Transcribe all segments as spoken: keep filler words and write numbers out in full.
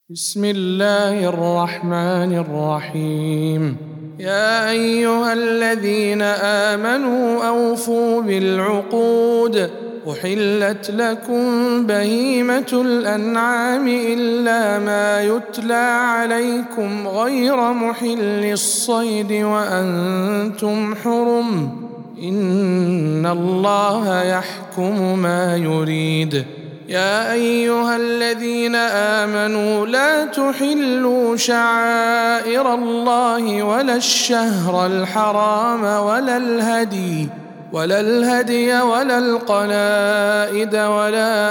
بسم الله الرحمن الرحيم. يا أيها الذين آمنوا أوفوا بالعقود، أحلت لكم بهيمة الأنعام إلا ما يتلى عليكم غير محل الصيد وأنتم حرم، إن الله يحكم ما يريد. يا أيها الذين آمنوا لا تحلوا شعائر الله ولا الشهر الحرام ولا الهدي ولا الهدي ولا القلائد ولا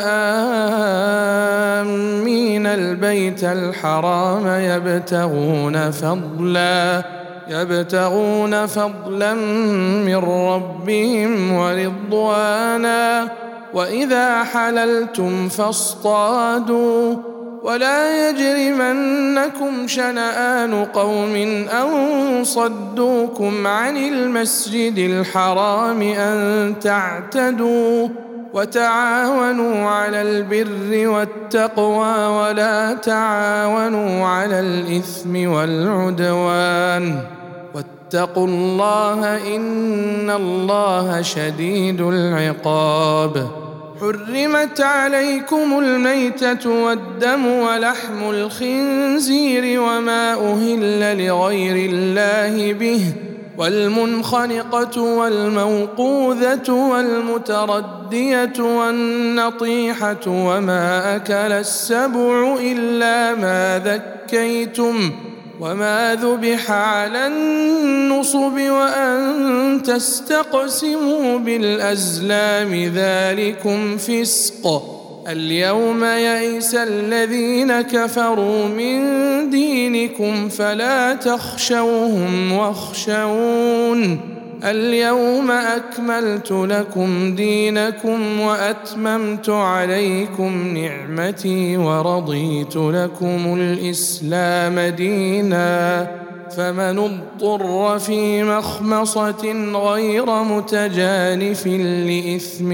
آمين البيت الحرام يبتغون فضلا يبتغون فضلا من ربهم ورضوانا، وإذا حللتم فاصطادوا، ولا يجرمنكم شنآن قوم أن صدوكم عن المسجد الحرام أن تعتدوا، وتعاونوا على البر والتقوى ولا تعاونوا على الإثم والعدوان، واتقوا الله إن الله شديد العقاب. حرمت عليكم الميتة والدم ولحم الخنزير وما أهل لغير الله به، والمنخنقة والموقوذة والمتردية والنطيحة وما أكل السبع إلا ما ذكيتم وما ذبح على النصب وأن تستقسموا بالأزلام ذلكم فسق. اليوم يئس الذين كفروا من دينكم فلا تخشوهم واخشون، اليوم أكملت لكم دينكم وأتممت عليكم نعمتي ورضيت لكم الإسلام دينا، فمن اضطر في مخمصة غير متجانف لإثم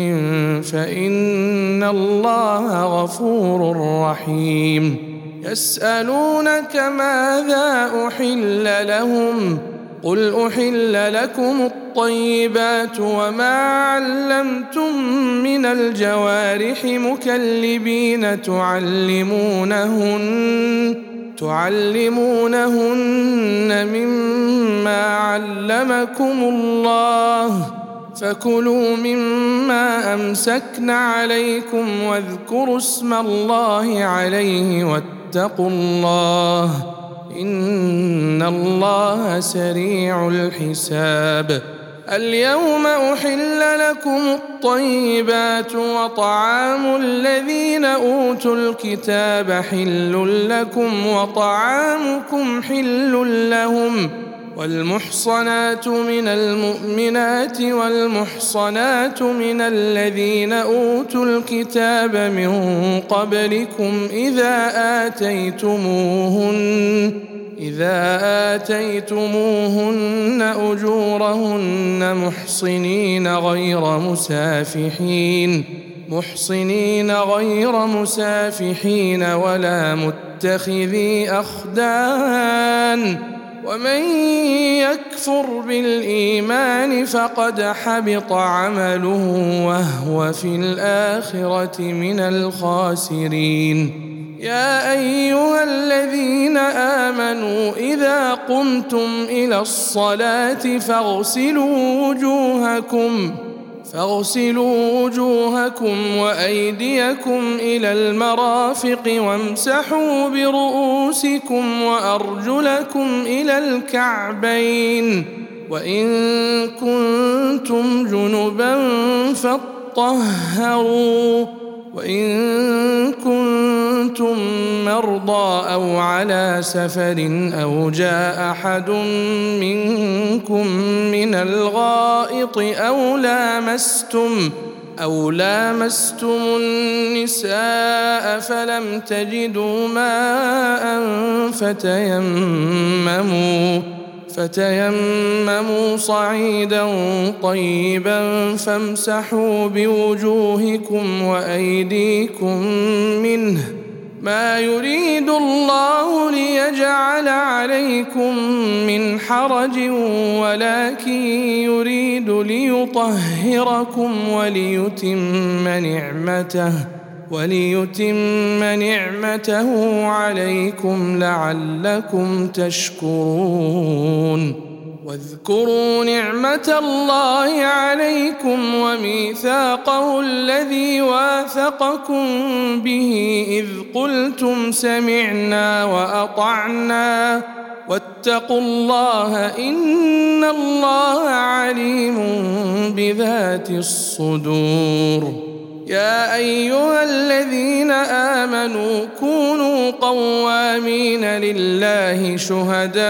فإن الله غفور رحيم. يسألونك ماذا أحل لهم، قل أحل لكم الطيبات وما علمتم من الجوارح مكلبين تعلمونهن تعلمونهن مما علمكم الله، فكلوا مما أمسكن عليكم واذكروا اسم الله عليه واتقوا الله إن الله سريع الحساب. اليوم أحل لكم الطيبات وطعام الذين أوتوا الكتاب حل لكم وطعامكم حل لهم، والمحصنات من المؤمنات والمحصنات من الذين أوتوا الكتاب من قبلكم إذا آتيتموهن إذا آتيتموهن أجورهن محصنين غير مسافحين محصنين غير مسافحين ولا متخذي أخدان، ومن يكفر بالإيمان فقد حبط عمله وهو في الآخرة من الخاسرين. يا أيها الذين آمنوا إذا قمتم إلى الصلاة فاغسلوا وجوهكم فاغسلوا وجوهكم وأيديكم إلى المرافق وامسحوا برؤوسكم وأرجلكم إلى الكعبين، وإن كنتم جنبا فاطهروا، وإن كنتم مرضى أو على سفر أو جاء أحد منكم من الغائط أو لامستم أو لامستم النساء فلم تجدوا ماء فتيمموا فتيمموا صعيدا طيبا فامسحوا بوجوهكم وأيديكم منه ما يريد الله ليجعل عليكم من حرج ولكن يريد ليطهركم وليتم نعمته وليتم نعمته عليكم لعلكم تشكرون واذكروا نعمة الله عليكم وميثاقه الذي واثقكم به إذ قلتم سمعنا وأطعنا واتقوا الله إن الله عليم بذات الصدور. يا أيها الذين آمنوا كونوا قوامين لله شهداء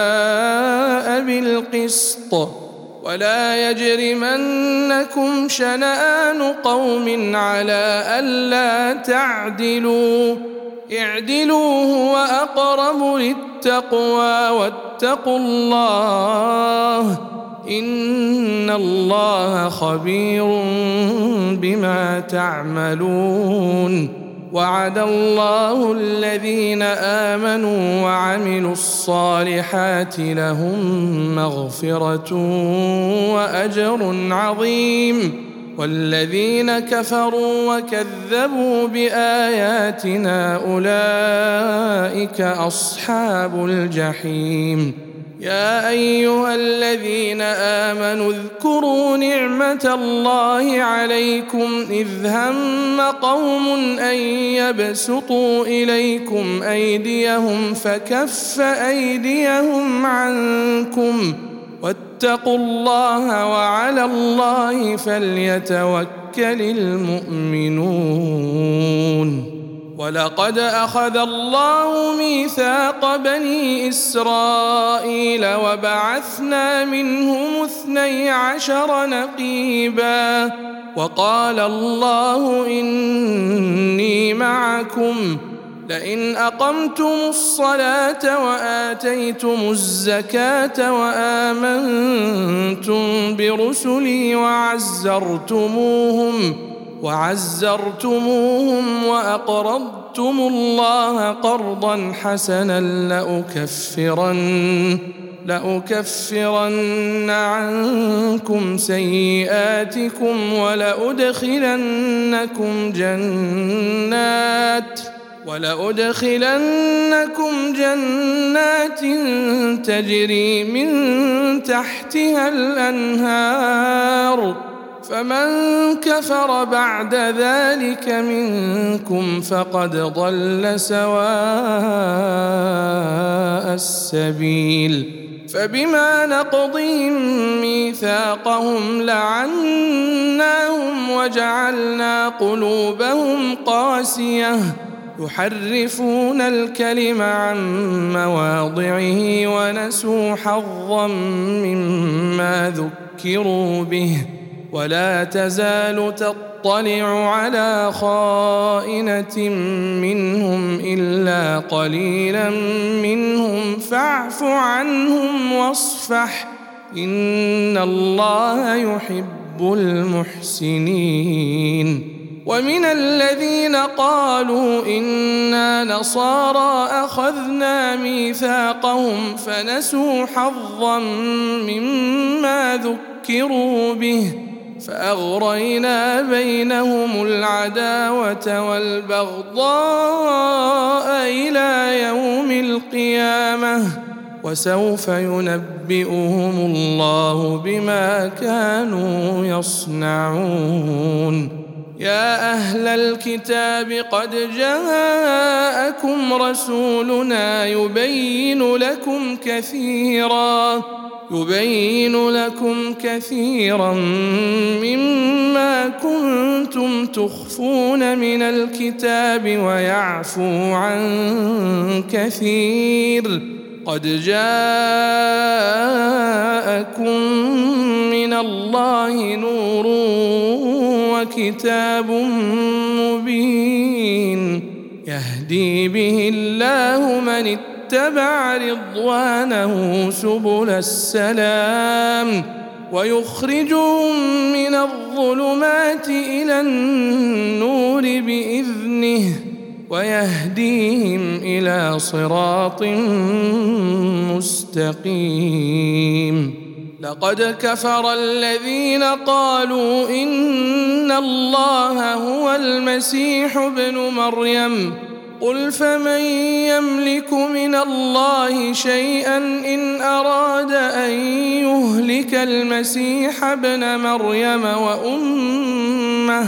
بالقسط ولا يجرمنكم شنآن قوم على ألا تعدلوا اعدلوا هو أقرب للتقوى واتقوا الله إن الله خبير بما تعملون. وعد الله الذين آمنوا وعملوا الصالحات لهم مغفرة وأجر عظيم والذين كفروا وكذبوا بآياتنا أولئك أصحاب الجحيم. يا أيها الذين آمنوا اذكروا نعمة الله عليكم إذ هم قوم أن يبسطوا إليكم أيديهم فكف أيديهم عنكم واتقوا الله وعلى الله فليتوكل المؤمنون. ولقد أخذ الله ميثاق بني إسرائيل وبعثنا منهم اثني عشر نقيبا وقال الله إني معكم لئن أقمتم الصلاة وآتيتم الزكاة وآمنتم برسلي وعزرتموهم وعزرتموهم وأقرضتم الله قرضا حسنا لأكفرن لأكفرن عنكم سيئاتكم ولأدخلنكم جنات ولأدخلنكم جنات تجري من تحتها الأنهار فمن كفر بعد ذلك منكم فقد ضل سواء السبيل. فبما نقضهم ميثاقهم لعناهم وجعلنا قلوبهم قاسية يحرفون الكلم عن مواضعه ونسوا حظا مما ذكروا به ولا تزال تطلع على خائنة منهم إلا قليلا منهم فاعف عنهم واصفح إن الله يحب المحسنين. ومن الذين قالوا إنا نصارى أخذنا ميثاقهم فنسوا حظا مما ذكروا به فأغرينا بينهم العداوة والبغضاء إلى يوم القيامة وسوف ينبئهم الله بما كانوا يصنعون. يا أهل الكتاب قد جاءكم رسولنا يبين لكم كثيرا يبين لكم كثيرا مما كنتم تخفون من الكتاب ويعفو عن كثير قد جاءكم من الله نور وكتاب مبين يهدي به الله من اتبع رضوانه سبل السلام ويخرجهم من الظلمات إلى النور بإذنه ويهديهم إلى صراط مستقيم. لقد كفر الذين قالوا إن الله هو المسيح ابن مريم قل فمن يملك من الله شيئا إن أراد أن يهلك المسيح ابن مريم وأمه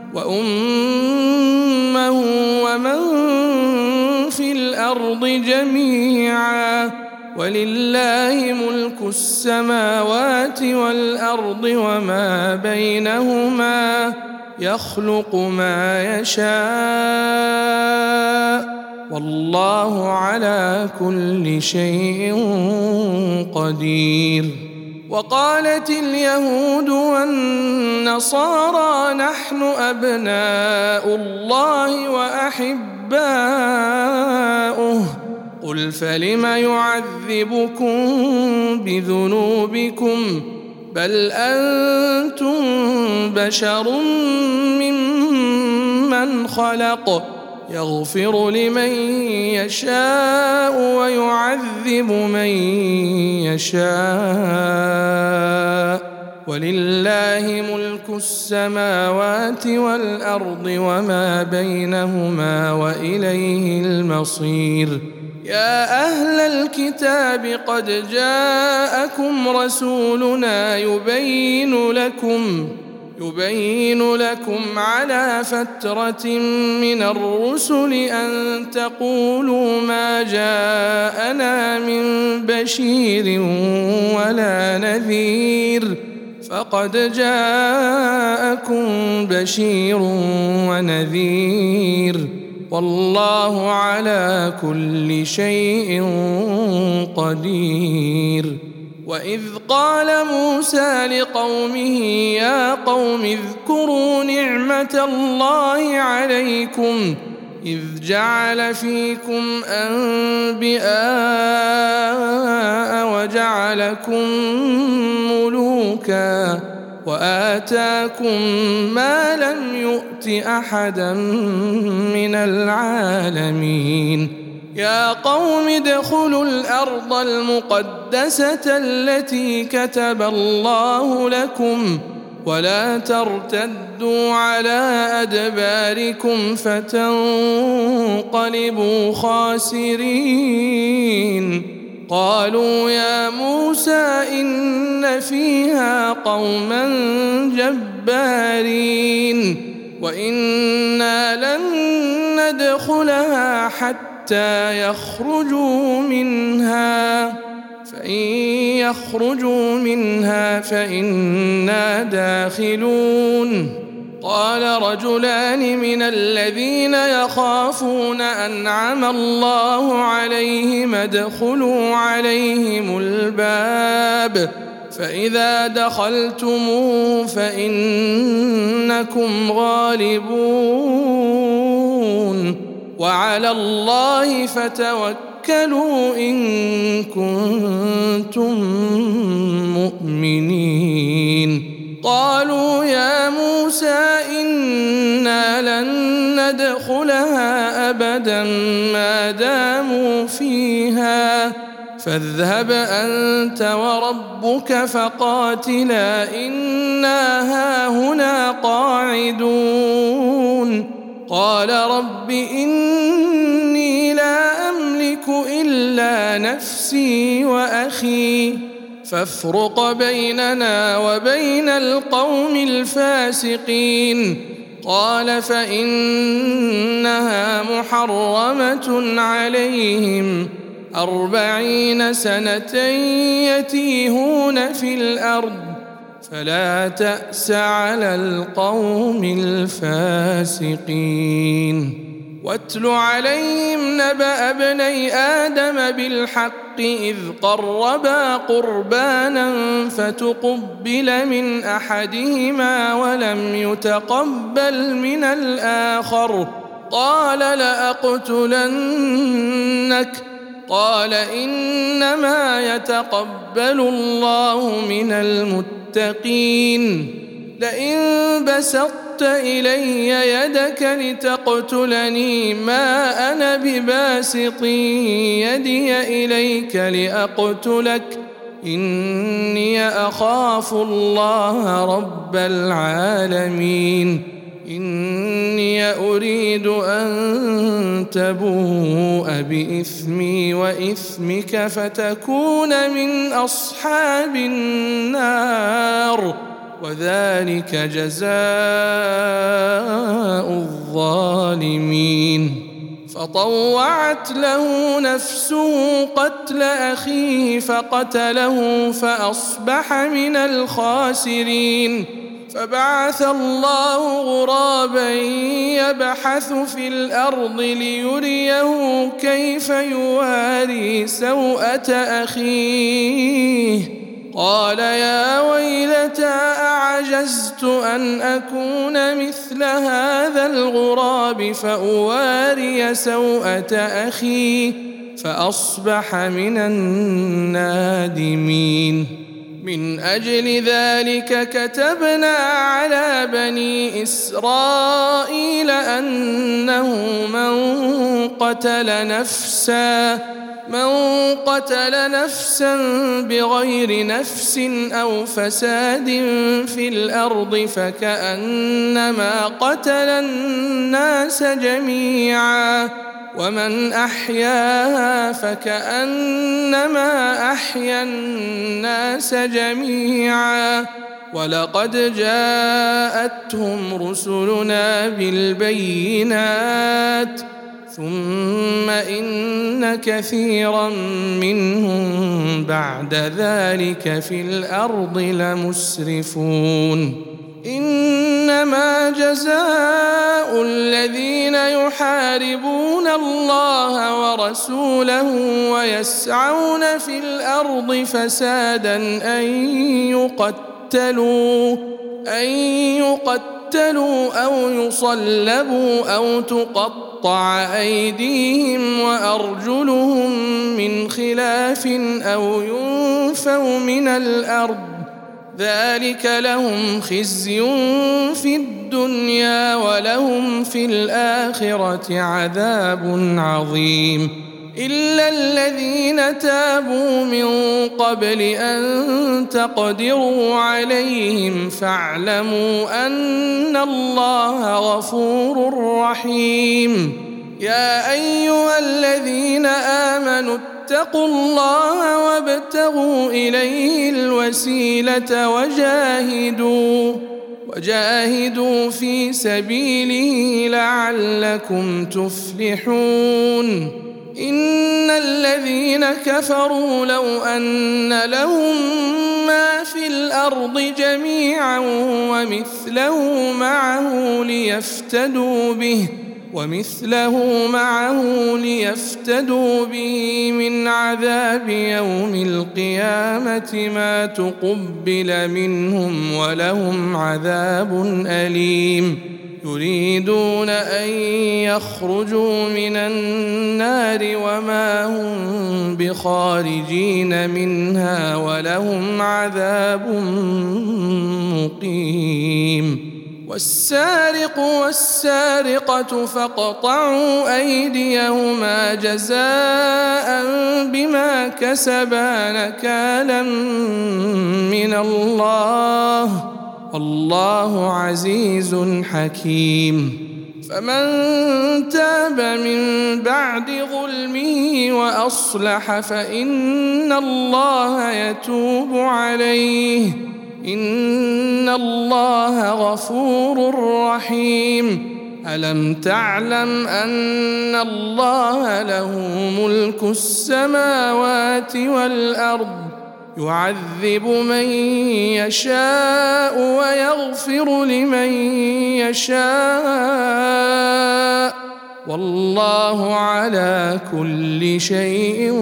وأمه ومن في الأرض جميعا ولله ملك السماوات والأرض وما بينهما يخلق ما يشاء والله على كل شيء قدير. وقالت اليهود والنصارى نحن أبناء الله وأحباؤه قل فلم يعذبكم بذنوبكم بل أنتم بشر ممن خلق يغفر لمن يشاء ويعذب من يشاء ولله ملك السماوات والأرض وما بينهما وإليه المصير. يا أهل الكتاب قد جاءكم رسولنا يبين لكم يبين لكم على فترة من الرسل أن تقولوا ما جاءنا من بشير ولا نذير فقد جاءكم بشير ونذير والله على كل شيء قدير. وإذ قال موسى لقومه يا قوم اذكروا نعمة الله عليكم إذ جعل فيكم أنبياء وجعلكم ملوكا وآتاكم ما لم يؤت أحدا من العالمين. يا قوم ادخلوا الأرض المقدسة التي كتب الله لكم ولا ترتدوا على أدباركم فتنقلبوا خاسرين. قالوا يا موسى إن فيها قوما جبارين وإنا لن ندخلها حتى يخرجوا منها فإن يخرجوا منها فإنا داخلون. قال رجلان من الذين يخافون أنعم الله عليهم ادخلوا عليهم الباب فإذا دخلتموه فإنكم غالبون وعلى الله فتوكلوا إن كنتم مؤمنين. قالوا يا موسى إنا لن ندخلها أبدا ما داموا فيها فاذهب أنت وربك فقاتلا إنا هاهنا قاعدون. قال رب إني لا أملك إلا نفسي وأخي فافرق بيننا وبين القوم الفاسقين. قال فإنها محرمة عليهم أربعين سنة يتيهون في الأرض فلا تأس على القوم الفاسقين. واتل عليهم نبأ ابني آدم بالحق إذ قربا قربانا فتقبل من أحدهما ولم يتقبل من الآخر قال لأقتلنك قال إنما يتقبل الله من المتقين. لئن بسطت بسطت إلي يدك لتقتلني ما أنا بباسط يدي إليك لأقتلك إني أخاف الله رب العالمين إني أريد أن تبوء بإثمي وإثمك فتكون من أصحاب النار وذلك جزاء الظالمين فطوعت له نفسه قتل أخيه فقتله فأصبح من الخاسرين فبعث الله غرابا يبحث في الأرض ليريه كيف يواري سوءة أخيه قال يا ويلتى أعجزت أن أكون مثل هذا الغراب فأواري سوءة أخي فأصبح من النادمين من أجل ذلك كتبنا على بني إسرائيل أنه من قتل نفسا من قتل نفسا بغير نفس أو فساد في الأرض فكأنما قتل الناس جميعا ومن أحياها فكأنما أحيا الناس جميعا ولقد جاءتهم رسلنا بالبينات ثم إن كثيرا منهم بعد ذلك في الأرض لمسرفون إنما جزاء الذين يحاربون الله ورسوله ويسعون في الأرض فسادا أن يقتلوا أن يقتلوا أو يصلبوا أو تقطع أيديهم وأرجلهم من خلاف أو ينفوا من الأرض ذلك لهم خزي في الدنيا ولهم في الآخرة عذاب عظيم إلا الذين تابوا من قبل أن تقدروا عليهم فاعلموا أن الله غفور رحيم يا أيها الذين آمنوا اتقوا الله وابتغوا إليه الوسيلة وجاهدوا وجاهدوا في سبيله لعلكم تفلحون إن الذين كفروا لو أن لهم ما في الأرض جميعا ومثله معه ليفتدوا به ومثله معه ليفتدوا به من عذاب يوم القيامة ما تقبل منهم ولهم عذاب أليم يريدون أن يخرجوا من النار وما هم بخارجين منها ولهم عذاب مقيم والسارق والسارقة فاقطعوا أيديهما جزاء بما كسبا نكالا من الله والله عزيز حكيم فمن تاب من بعد ظلمه وأصلح فإن الله يتوب عليه إن الله غفور رحيم ألم تعلم أن الله له ملك السماوات والأرض يعذب من يشاء ويغفر لمن يشاء والله على كل شيء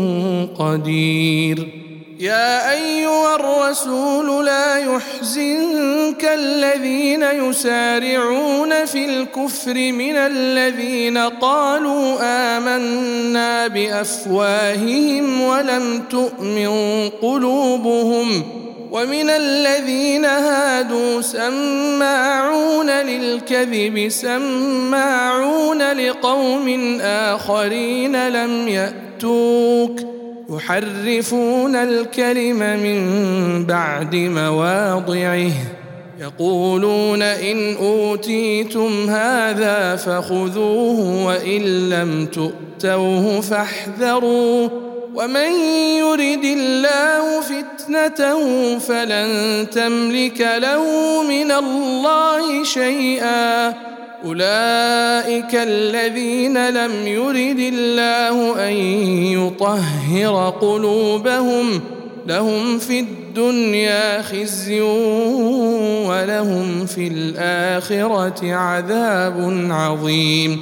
قدير يا أيها الرسول لا يحزنك الذين يسارعون في الكفر من الذين قالوا آمنا بأفواههم ولم تؤمن قلوبهم ومن الذين هادوا سماعون للكذب سماعون لقوم آخرين لم يأتوك يحرفون الكلم من بعد مواضعه يقولون إن أوتيتم هذا فخذوه وإن لم تؤتوه فاحذروا ومن يرد الله فتنته فلن تملك له من الله شيئا أولئك الذين لم يرد الله أن يطهر قلوبهم لهم في الدنيا خزي ولهم في الآخرة عذاب عظيم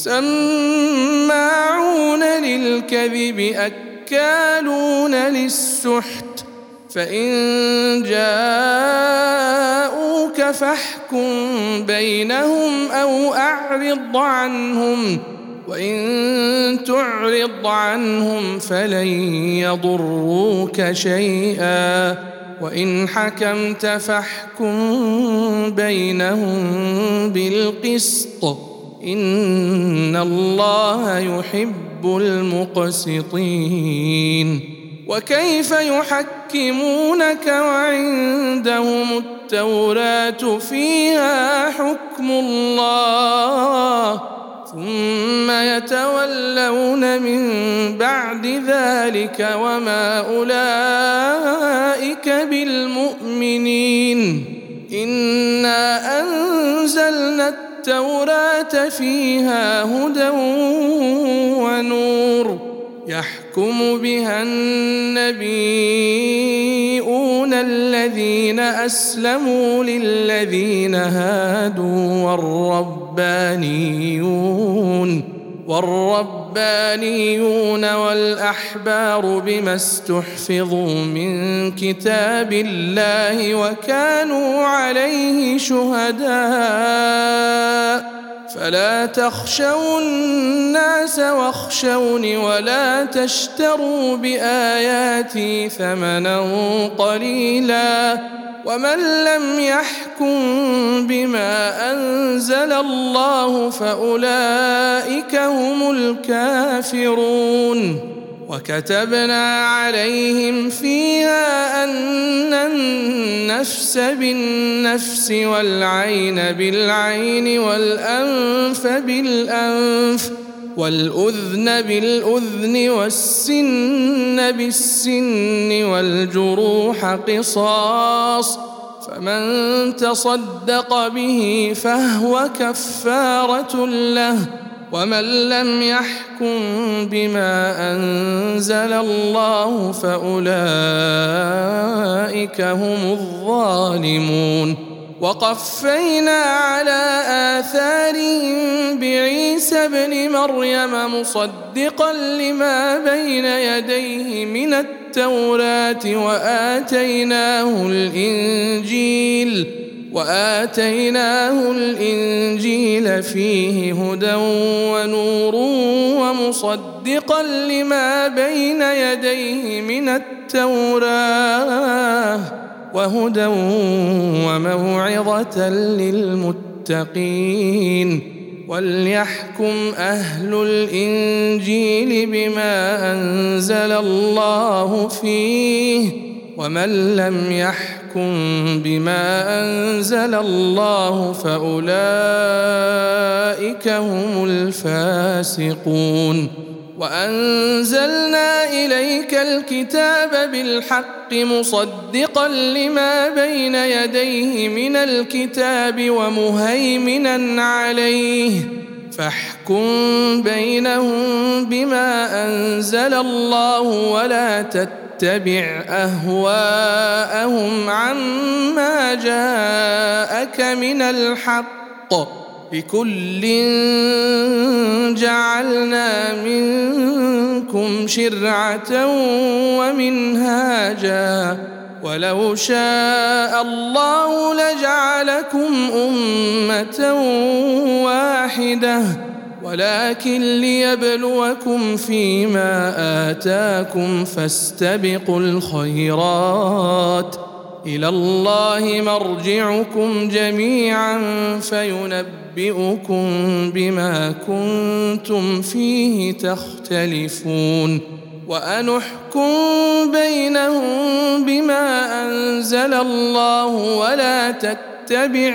سماعون للكذب أكالون للسحت فإن جاءوك فاحكم بينهم أو أعرض عنهم وإن تعرض عنهم فلن يضروك شيئا وإن حكمت فاحكم بينهم بالقسط إن الله يحب المقسطين وكيف يحكمونك وعندهم التوراة فيها حكم الله ثم يتولون من بعد ذلك وما أولئك بالمؤمنين إنا أنزلنا التوراة فيها هدى ونور يحكم بها النبيون الذين أسلموا للذين هادوا والربانيون والربانيون والأحبار بما استحفظوا من كتاب الله وكانوا عليه شهداء فلا تخشوا الناس واخشوني ولا تشتروا بآياتي ثمنا قليلا ومن لم يحكم بما أنزل الله فأولئك هم الكافرون وكتبنا عليهم فيها أن النفس بالنفس والعين بالعين والأنف بالأنف والأذن بالأذن والسن بالسن والجروح قصاص فمن تصدق به فهو كفارة له ومن لم يحكم بما أنزل الله فأولئك هم الظالمون وقفينا على آثارهم بعيسى ابن مريم مصدقا لما بين يديه من التوراة وآتيناه الإنجيل وآتيناه الإنجيل فيه هدى ونور ومصدقا لما بين يديه من التوراة وهدى وموعظة للمتقين وليحكم أهل الإنجيل بما أنزل الله فيه ومن لم يحكم بما أنزل الله فأولئك هم الفاسقون وأنزلنا إليك الكتاب بالحق مصدقا لما بين يديه من الكتاب ومهيمنا عليه فاحكم بينهم بما أنزل الله ولا تتبع أهواءهم عما جاءك من الحق لكل جعلنا منكم شرعة ومنهاجا ولو شاء الله لجعلكم أمة واحدة ولكن ليبلوكم فيما آتاكم فاستبقوا الخيرات إلى الله مرجعكم جميعا فينبئكم بما كنتم فيه تختلفون وأنحكم بينهم بما أنزل الله ولا تتبع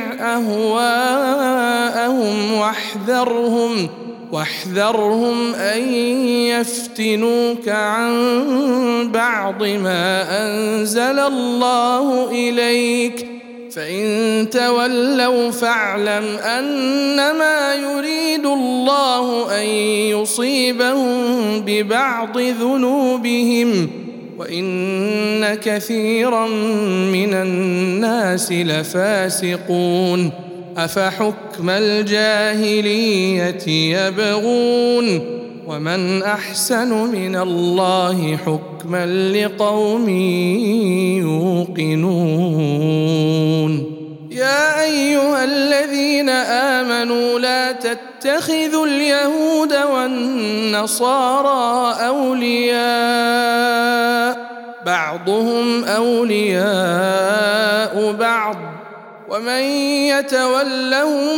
أهواءهم واحذرهم واحذرهم أن يفتنوك عن بعض ما أنزل الله إليك فإن تولوا فاعلم أنما يريد الله أن يصيبهم ببعض ذنوبهم وإن كثيرا من الناس لفاسقون أفحكم الجاهلية يبغون ومن أحسن من الله حكما لقوم يوقنون يا أيها الذين آمنوا لا تتخذوا اليهود والنصارى أولياء بعضهم أولياء بعض ومن يتولهم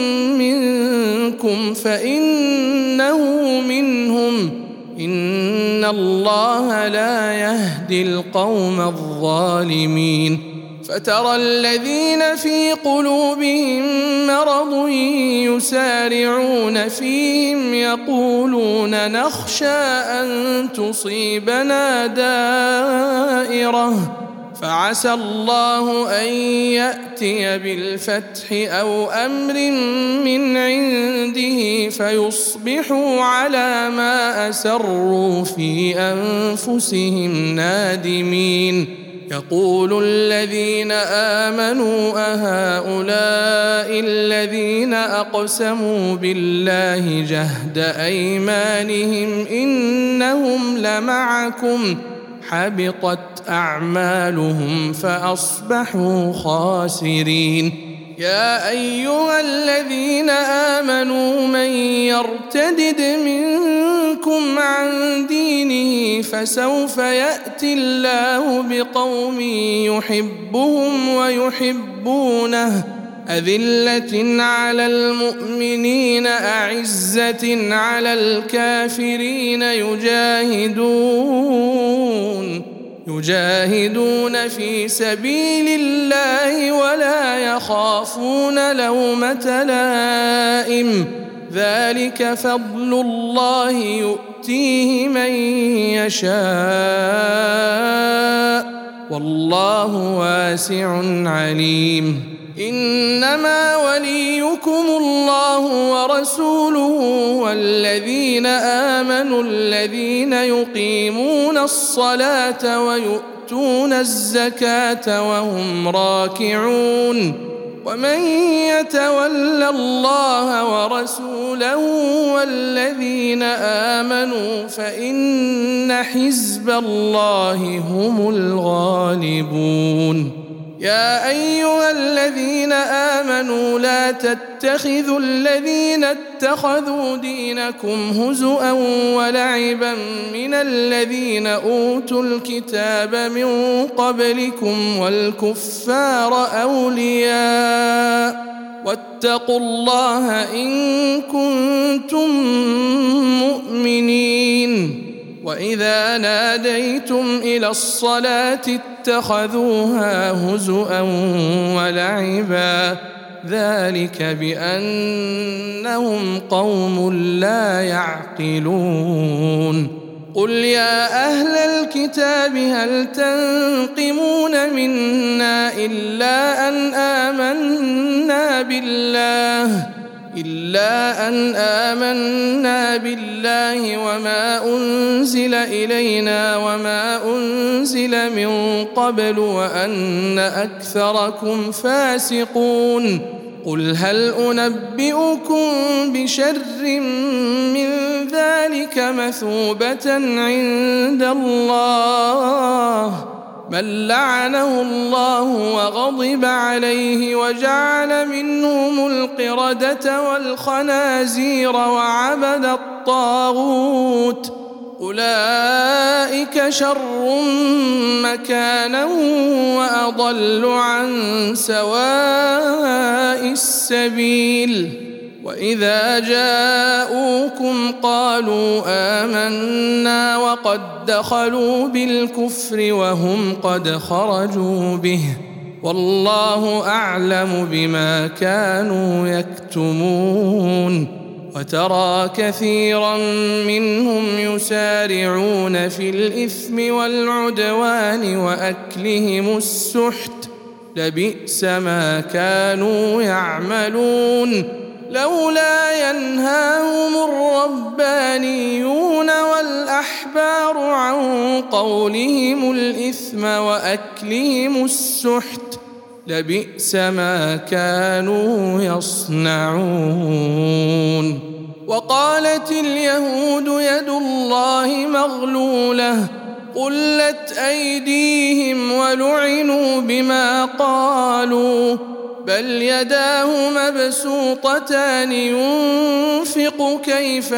منكم فإنه منهم إن الله لا يهدي القوم الظالمين فترى الذين في قلوبهم مرض يسارعون فيهم يقولون نخشى أن تصيبنا دائرة فعسى الله أن يأتي بالفتح أو أمر من عنده فيصبحوا على ما أسروا في أنفسهم نادمين يقول الذين آمنوا أهؤلاء الذين أقسموا بالله جهد أيمانهم إنهم لمعكم حبطت أعمالهم فأصبحوا خاسرين يا أيها الذين آمنوا من يرتدد منكم عن دينه فسوف يأتي الله بقوم يحبهم ويحبونه أذلة على المؤمنين أعزة على الكافرين يجاهدون يجاهدون في سبيل الله ولا يخافون لومة لائم ذلك فضل الله يؤتيه من يشاء والله واسع عليم إنما وليكم الله ورسوله والذين آمنوا الذين يقيمون الصلاة ويؤتون الزكاة وهم راكعون ومن يتول الله ورسوله والذين آمنوا فإن حزب الله هم الغالبون يا أيها الذين آمنوا لا تتخذوا الذين اتخذوا دينكم هزؤا ولعبا من الذين أوتوا الكتاب من قبلكم والكفار أولياء واتقوا الله إن كنتم مؤمنين وإذا ناديتم إلى الصلاة اتخذوها هزؤا ولعبا ذلك بأنهم قوم لا يعقلون قل يا أهل الكتاب هل تنقمون منا إلا أن آمنا بالله إلا أن آمنا بالله وما أنزل إلينا وما أنزل من قبل وأن أكثركم فاسقون قل هل أنبئكم بشر من ذلك مثوبة عند الله من لعنه الله وغضب عليه وجعل منهم القردة والخنازير وعبد الطاغوت أولئك شر مكانا وأضل عن سواء السبيل وإذا جاءوكم قالوا آمنا وقد دخلوا بالكفر وهم قد خرجوا به والله أعلم بما كانوا يكتمون وترى كثيرا منهم يسارعون في الإثم والعدوان وأكلهم السحت لبئس ما كانوا يعملون لولا ينهاهم الربانيون والأحبار عن قولهم الإثم وأكلهم السحت لبئس ما كانوا يصنعون وقالت اليهود يد الله مغلولة قلت أيديهم ولعنوا بما قالوا بل يداه مبسوطتان ينفق كيف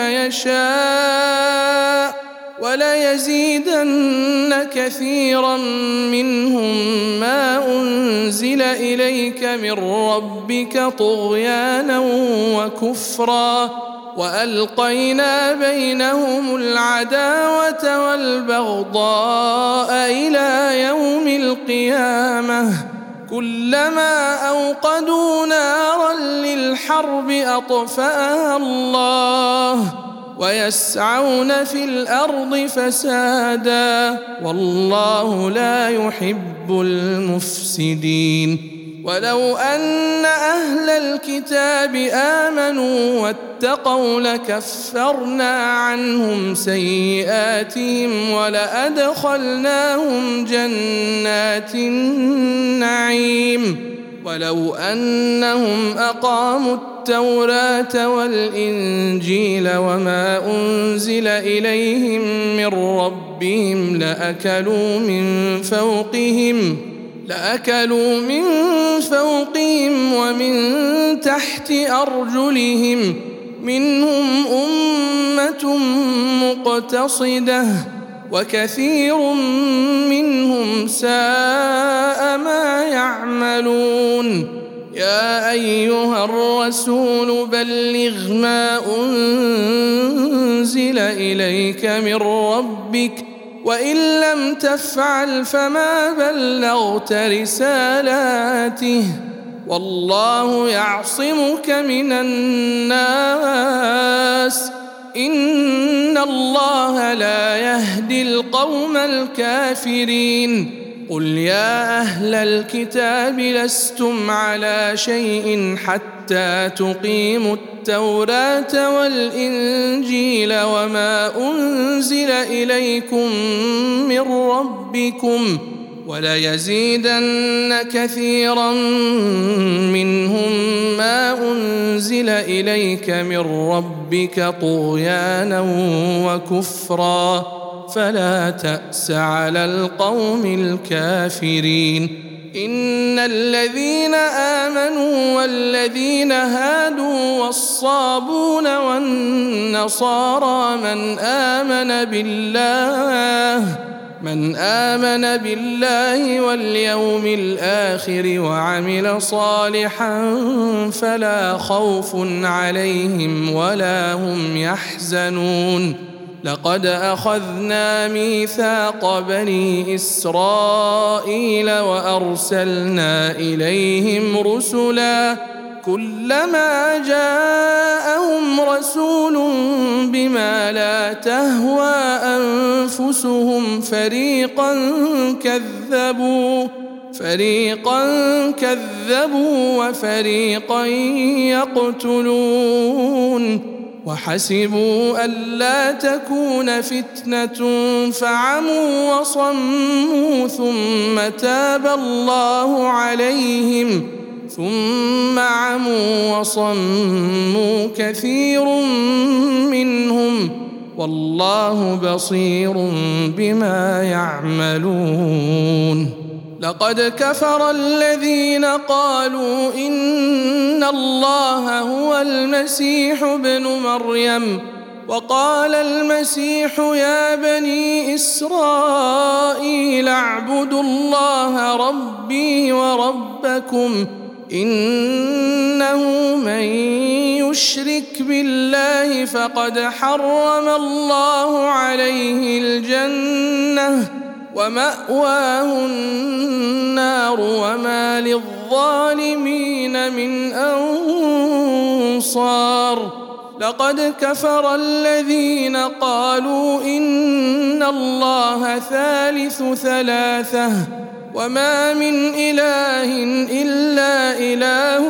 يشاء وليزيدن كثيرا منهم ما أنزل إليك من ربك طغيانا وكفرا وألقينا بينهم العداوة والبغضاء إلى يوم القيامة كلما أوقدوا نارا للحرب أطفأها الله ويسعون في الأرض فسادا والله لا يحب المفسدين ولو أن أهل الكتاب آمنوا واتقوا لكفرنا عنهم سيئاتهم ولأدخلناهم جنات النعيم ولو أنهم أقاموا التوراة والإنجيل وما أنزل إليهم من ربهم لأكلوا من فوقهم لأكلوا من فوقهم ومن تحت أرجلهم منهم أمة مقتصدة وكثير منهم ساء ما يعملون يا أيها الرسول بلغ ما أنزل إليك من ربك وإن لم تفعل فما بلغت رسالاته والله يعصمك من الناس إن الله لا يهدي القوم الكافرين قل يا أهل الكتاب لستم على شيء حتى تقيموا التوراة والإنجيل وما أنزل إليكم من ربكم وليزيدن كثيرا منهم ما أنزل إليك من ربك طغيانا وكفرا فلا تأس على القوم الكافرين إن الذين آمنوا والذين هادوا والصابون والنصارى من آمن بالله من آمن بالله واليوم الآخر وعمل صالحا فلا خوف عليهم ولا هم يحزنون لقد أخذنا ميثاق بني إسرائيل وأرسلنا إليهم رسلا كلما جاءهم رسول بما لا تهوى أنفسهم فريقا كذبوا فريقا كذبوا وفريقا يقتلون وحسبوا ألا تكون فتنة فعموا وصموا ثم تاب الله عليهم ثم عموا وصموا كثير منهم والله بصير بما يعملون لقد كفر الذين قالوا إن الله هو المسيح ابن مريم وقال المسيح يا بني إسرائيل اعبدوا الله ربي وربكم إنه من يشرك بالله فقد حرم الله عليه الجنة ومأواه النار وما للظالمين من أنصار لقد كفر الذين قالوا إن الله ثالث ثلاثة وما من إله إلا إله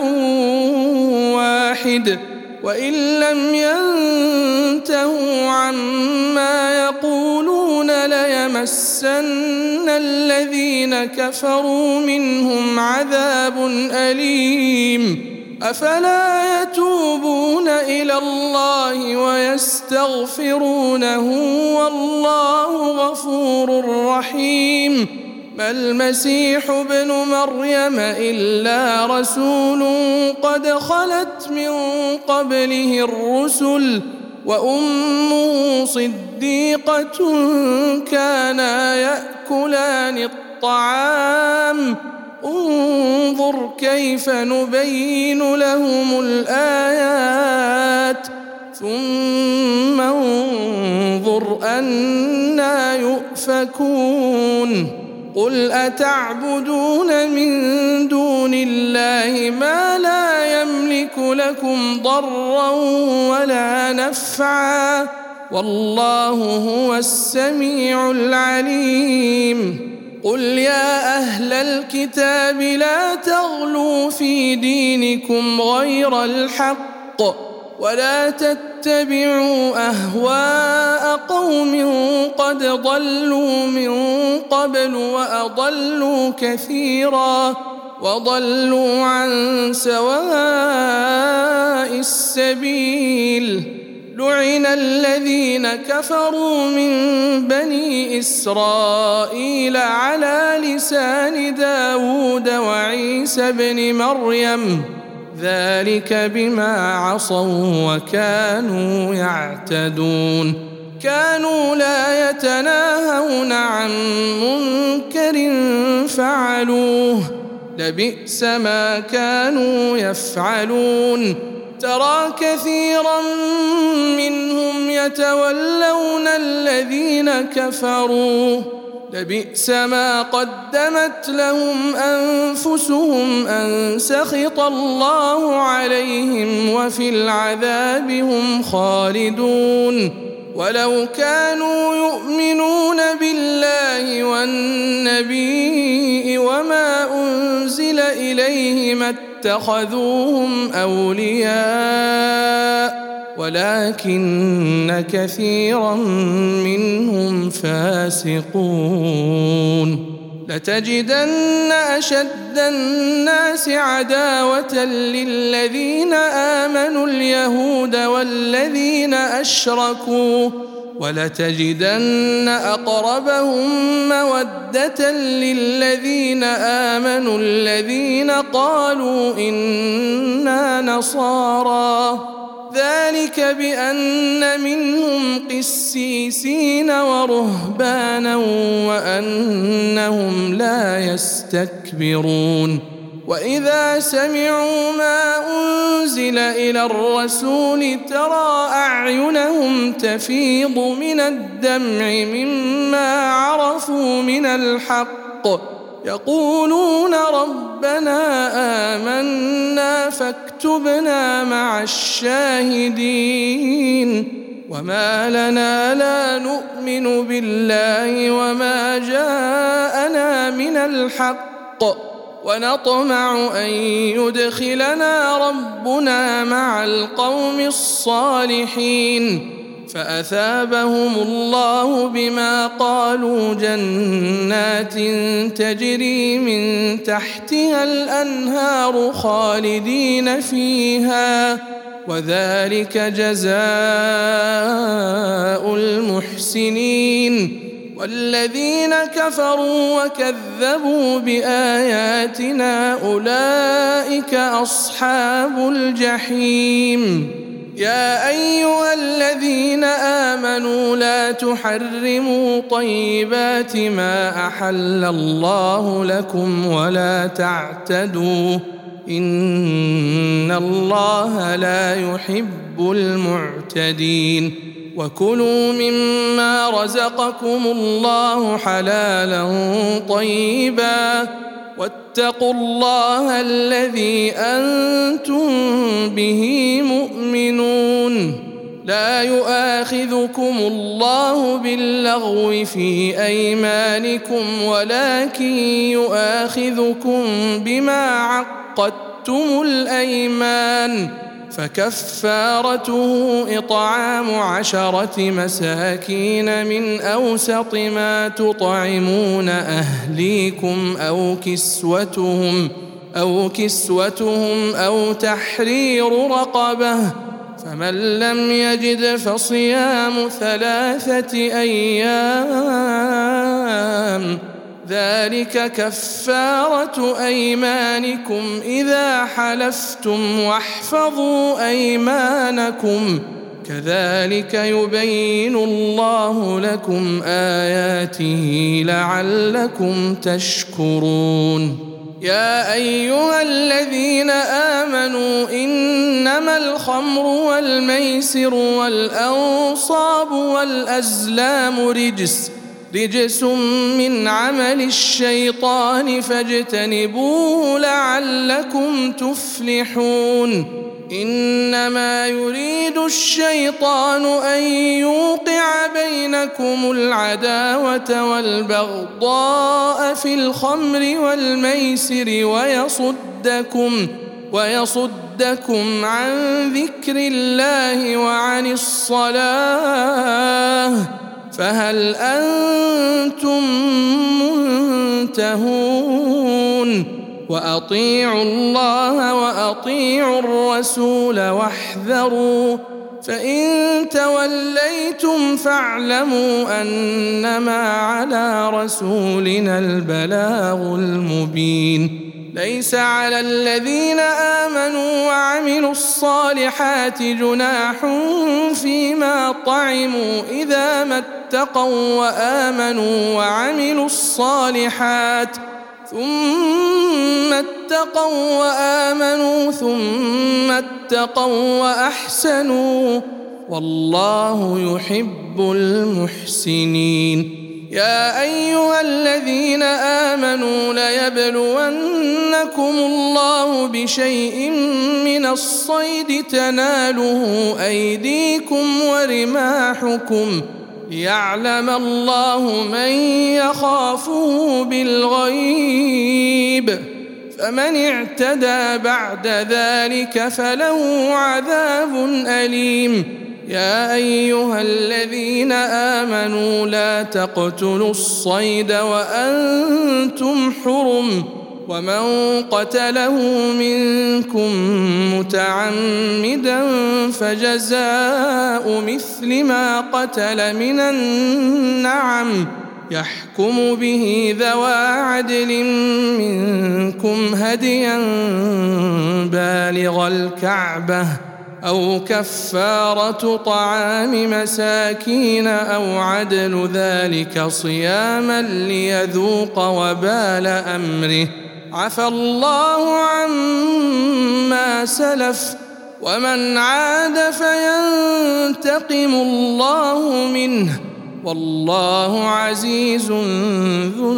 واحد وإن لم ينتهوا عما يقولون ليمسن الذين كفروا منهم عذاب أليم أفلا يتوبون إلى الله ويستغفرونه والله غفور رحيم ما المسيح ابن مريم إلا رسول قد خلت من قبله الرسل وأمه صديقة كانا يأكلان الطعام انظر كيف نبين لهم الآيات ثم انظر أنى يؤفكون قل أتعبدون من دون الله ما لا يملك لكم ضرا ولا نفعا والله هو السميع العليم قل يا أهل الكتاب لا تغلوا في دينكم غير الحق ولا تتبعوا أهواء قوم قد ضلوا من قبل وأضلوا كثيرا وضلوا عن سواء السبيل لعن الذين كفروا من بني إسرائيل على لسان داود وعيسى بن مريم ذلك بما عصوا وكانوا يعتدون كانوا لا يتناهون عن منكر فعلوه لبئس ما كانوا يفعلون ترى كثيرا منهم يتولون الذين كفروا لبئس ما قدمت لهم أنفسهم أن سخط الله عليهم وفي العذاب هم خالدون ولو كانوا يؤمنون بالله والنبي وما أنزل إليه ما اتخذوهم أولياء ولكن كثيرا منهم فاسقون لتجدن أشد الناس عداوة للذين آمنوا اليهود والذين أشركوا ولتجدن أقربهم مودة للذين آمنوا الذين قالوا إنا نصارى ذلك بأن منهم قسيسين ورهبانا وأنهم لا يستكبرون وإذا سمعوا ما أنزل إلى الرسول ترى أعينهم تفيض من الدمع مما عرفوا من الحق يقولون ربنا آمنا فاكتبنا مع الشاهدين وما لنا لا نؤمن بالله وما جاءنا من الحق ونطمع أن يدخلنا ربنا مع القوم الصالحين فأثابهم الله بما قالوا جنات تجري من تحتها الأنهار خالدين فيها وذلك جزاء المحسنين والذين كفروا وكذبوا بآياتنا أولئك أصحاب الجحيم يا أيها الذين آمنوا لا تحرموا طيبات ما أحل الله لكم ولا تعتدوا إن الله لا يحب المعتدين وكلوا مما رزقكم الله حلالا طيبا واتقوا الله الذي أنتم به مؤمنون لا يؤاخذكم الله باللغو في أيمانكم ولكن يؤاخذكم بما عقدتم الأيمان فكفارته إطعام عشرة مساكين من أوسط ما تطعمون أهليكم أو كسوتهم أو كسوتهم أو تحرير رقبة فمن لم يجد فصيام ثلاثة أيام ذلك كفارة أيمانكم إذا حلفتم واحفظوا أيمانكم كذلك يبين الله لكم آياته لعلكم تشكرون يا أيها الذين آمنوا إنما الخمر والميسر والأنصاب والأزلام رجس رجس من عمل الشيطان فاجتنبوه لعلكم تفلحون إنما يريد الشيطان أن يوقع بينكم العداوة والبغضاء في الخمر والميسر ويصدكم ويصدكم عن ذكر الله وعن الصلاة فهل أنتم منتهون وأطيعوا الله وأطيعوا الرسول واحذروا فإن توليتم فاعلموا أنما على رسولنا البلاغ المبين ليس على الذين آمنوا وعملوا الصالحات جناح فيما طعموا إذا ما اتقوا وآمنوا وعملوا الصالحات ثم اتقوا وآمنوا ثم اتقوا وأحسنوا والله يحب المحسنين يا أيها الذين آمنوا ليبلونكم الله بشيء من الصيد تناله أيديكم ورماحكم ليعلم الله من يخافه بالغيب فمن اعتدى بعد ذلك فله عذاب أليم يا أيها الذين آمنوا لا تقتلوا الصيد وأنتم حرم ومن قتله منكم متعمدا فجزاء مثل ما قتل من النعم يحكم به ذوى عدل منكم هديا بالغ الكعبة أو كفارة طعام مساكين أو عدل ذلك صياما ليذوق وبال أمره عفى الله عما سلف ومن عاد فينتقم الله منه والله عزيز ذو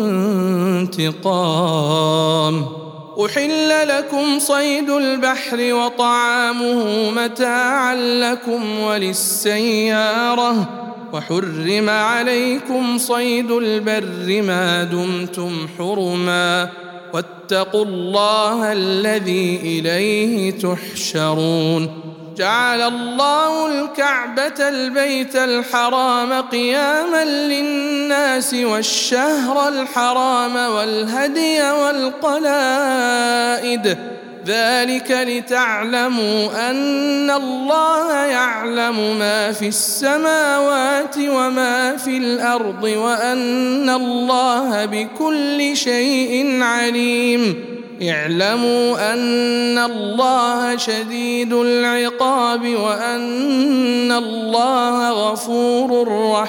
انتقام أحل لكم صيد البحر وطعامه متاعا لكم وللسيارة وحرم عليكم صيد البر ما دمتم حرما واتقوا الله الذي إليه تحشرون جعل الله الكعبة البيت الحرام قياما للناس والشهر الحرام والهدي والقلائد ذلك لتعلموا أن الله يعلم ما في السماوات وما في الأرض وأن الله بكل شيء عليم اعلموا أن الله شديد العقاب وأن الله غفور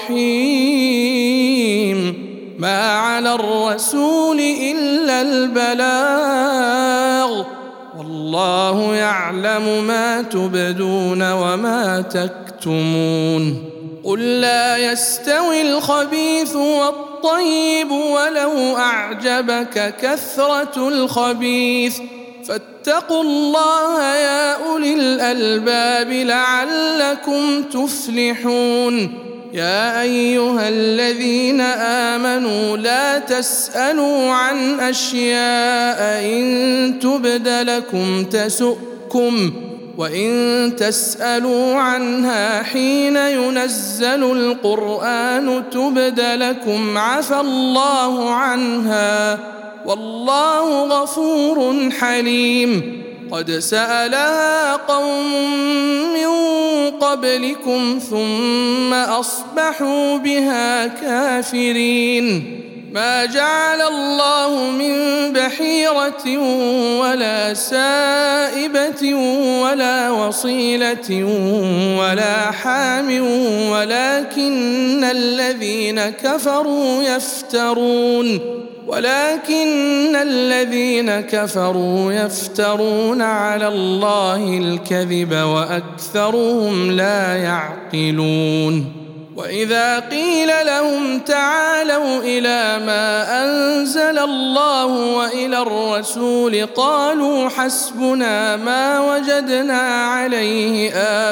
رحيم. ما على الرسول إلا البلاغ، والله يعلم ما تبدون وما تكتمون. قل لا يستوي الخبيث والطيب ولو أعجبك كثرة الخبيث، فاتقوا الله يا أولي الألباب لعلكم تفلحون. يا أيها الذين آمنوا لا تسألوا عن أشياء إن تبد لكم تسؤكم، وإن تسألوا عنها حين ينزل القرآن تبد لكم عفى الله عنها، والله غفور حليم. قد سألها قوم من قبلكم ثم أصبحوا بها كافرين. ما جعل الله من بحيرة ولا سائبة ولا وصيلة ولا حام ولكن الذين كفروا يفترون ولكن الذين كفروا يفترون على الله الكذب وأكثرهم لا يعقلون. وإذا قيل لهم تعالوا إلى ما أنزل الله وإلى الرسول قالوا حسبنا ما وجدنا عليه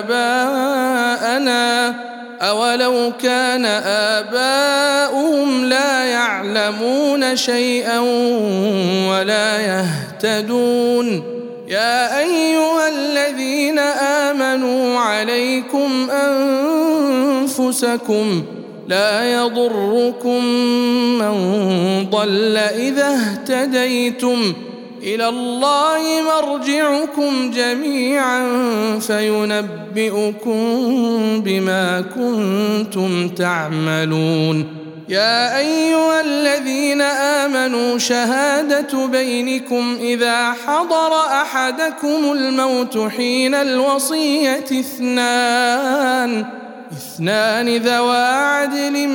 آباءنا أولو كان آباؤهم لا يعلمون شيئا ولا يهتدون. يا أيها الذين آمنوا عليكم أنفسكم لا يضركم من ضل إذا اهتديتم، إلى الله مرجعكم جميعا فينبئكم بما كنتم تعملون. يا أيها الذين آمنوا شهادة بينكم إذا حضر أحدكم الموت حين الوصية اثنان اثنان ذوى عدل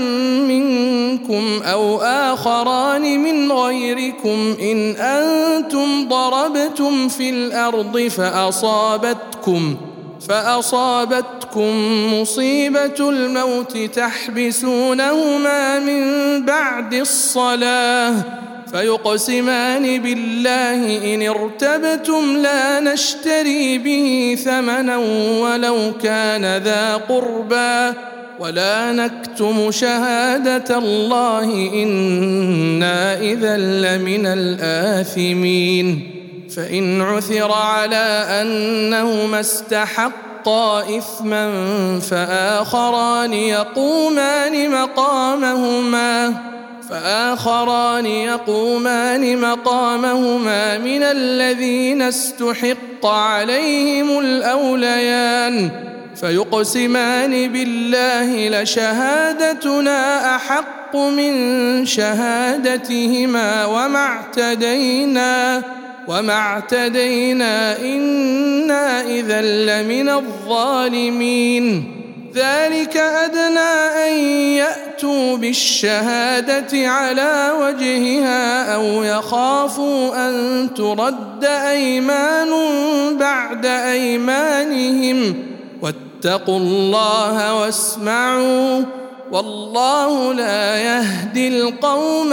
منكم أو آخران من غيركم إن أنتم ضربتم في الأرض فأصابتكم فأصابتكم مصيبة الموت تحبسونهما من بعد الصلاة فيقسمان بالله إن ارتبتم لا نشتري به ثمنا ولو كان ذا قربى ولا نكتم شهادة الله إنا إذا لمن الآثمين. فإن عثر على أنهما استحقا إثما فآخران يقومان مقامهما فآخران يقومان مقامهما من الذين استحق عليهم الأوليان فيقسمان بالله لشهادتنا أحق من شهادتهما وما اعتدينا وما اعتدينا إنا إذا لمن الظالمين. ذلك أدنى أن يأتوا بالشهادة على وجهها أو يخافوا أن ترد أيمان بعد أيمانهم واتقوا الله واسمعوا والله لا يهدي القوم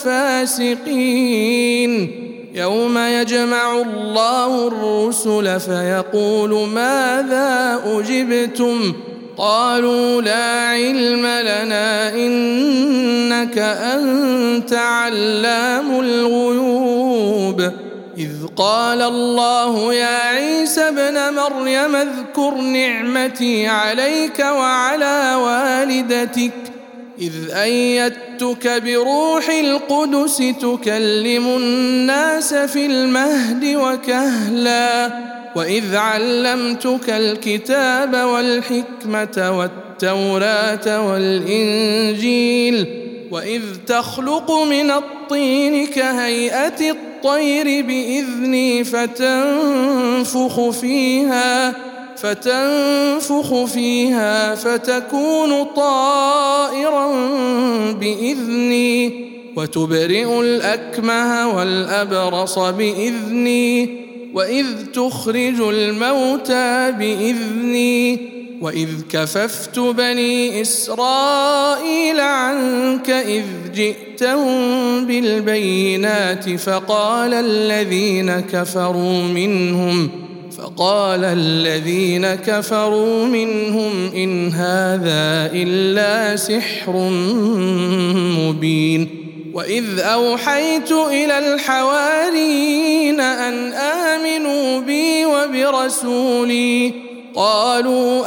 الفاسقين. يوم يجمع الله الرسل فيقول ماذا أجبتم قالوا لا علم لنا إنك أنت علام الغيوب. إذ قال الله يا عيسى ابن مريم اذكر نعمتي عليك وعلى والدتك إذ أيدتك بروح القدس تكلم الناس في المهد وكهلا وإذ علمتك الكتاب والحكمة والتوراة والإنجيل وإذ تخلق من الطين كهيئة الطير الطير بإذني فتنفخ فيها فتنفخ فيها فتكون طائرا بإذني وتبرئ الأكمه والأبرص بإذني وإذ تخرج الموتى بإذني وإذ كففت بني إسرائيل عنك إذ جئتهم بالبينات فقال الذين كفروا منهم فقال الذين كفروا منهم إن هذا إلا سحر مبين وإذ أوحيت إلى الحواريين أن آمنوا بي وبرسولي قالوا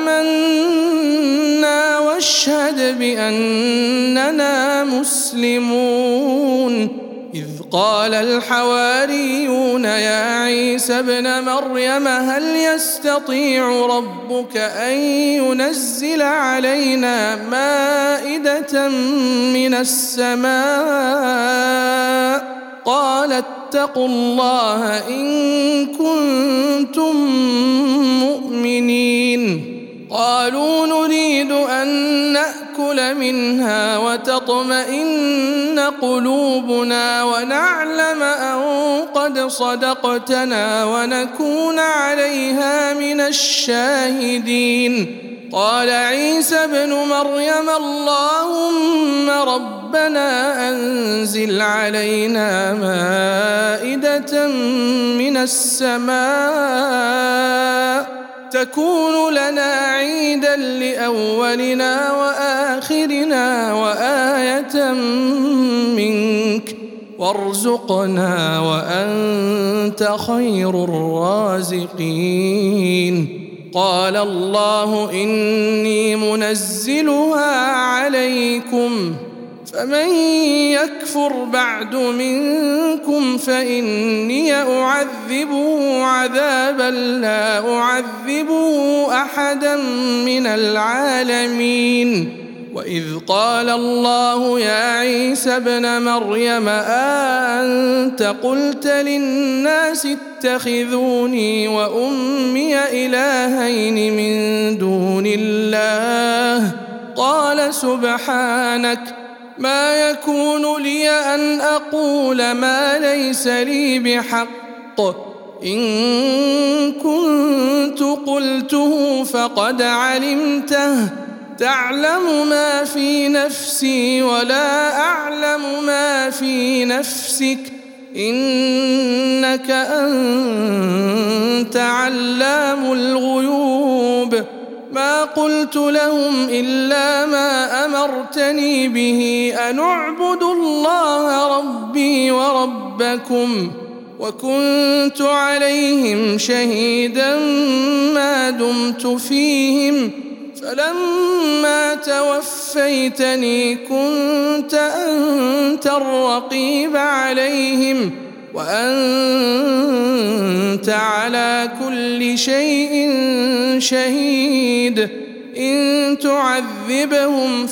آمنا واشهد بأننا مسلمون إذ قال الحواريون يا عيسى ابن مريم هل يستطيع ربك أن ينزل علينا مائدة من السماء قال اتقوا الله إن كنتم مؤمنين قالوا نريد أن نأكل منها وتطمئن قلوبنا ونعلم أن قد صدقتنا ونكون عليها من الشاهدين قال عيسى ابن مريم اللهم ربنا أنزل علينا مائدة من السماء تكون لنا عيدا لأولنا وآخرنا وآية منك وارزقنا وأنت خير الرازقين قال الله إني منزلها عليكم فمن يكفر بعد منكم فإني أعذبه عذابا لا أعذبه أحدا من العالمين وإذ قال الله يا عيسى ابن مريم أأنت قلت للناس اتخذوني وأمي إلهين من دون الله قال سبحانك ما يكون لي أن أقول ما ليس لي بحق إن كنت قلته فقد علمته تعلم ما في نفسي ولا أعلم ما في نفسك إنك أنت علام الغيوب ما قلت لهم إلا ما أمرتني به أن اعبدوا الله ربي وربكم وكنت عليهم شهيدا ما دمت فيهم فلما توفيتني كنت أنت الرقيب عليهم وأنت على كل شيء شهيد إن تعذبهم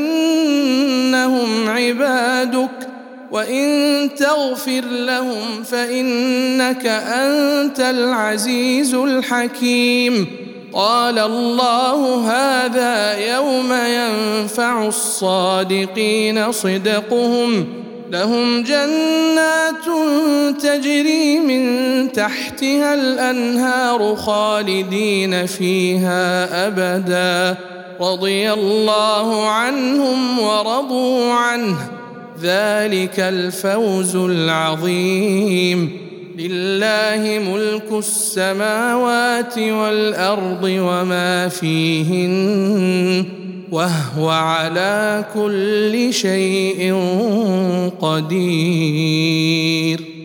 فإنهم عبادك وإن تغفر لهم فإنك أنت العزيز الحكيم قال الله هذا يوم ينفع الصادقين صدقهم لهم جنات تجري من تحتها الأنهار خالدين فيها أبدا رضي الله عنهم ورضوا عنه ذلك الفوز العظيم لله ملك السماوات والأرض وما فيهن وهو على كل شيء قدير.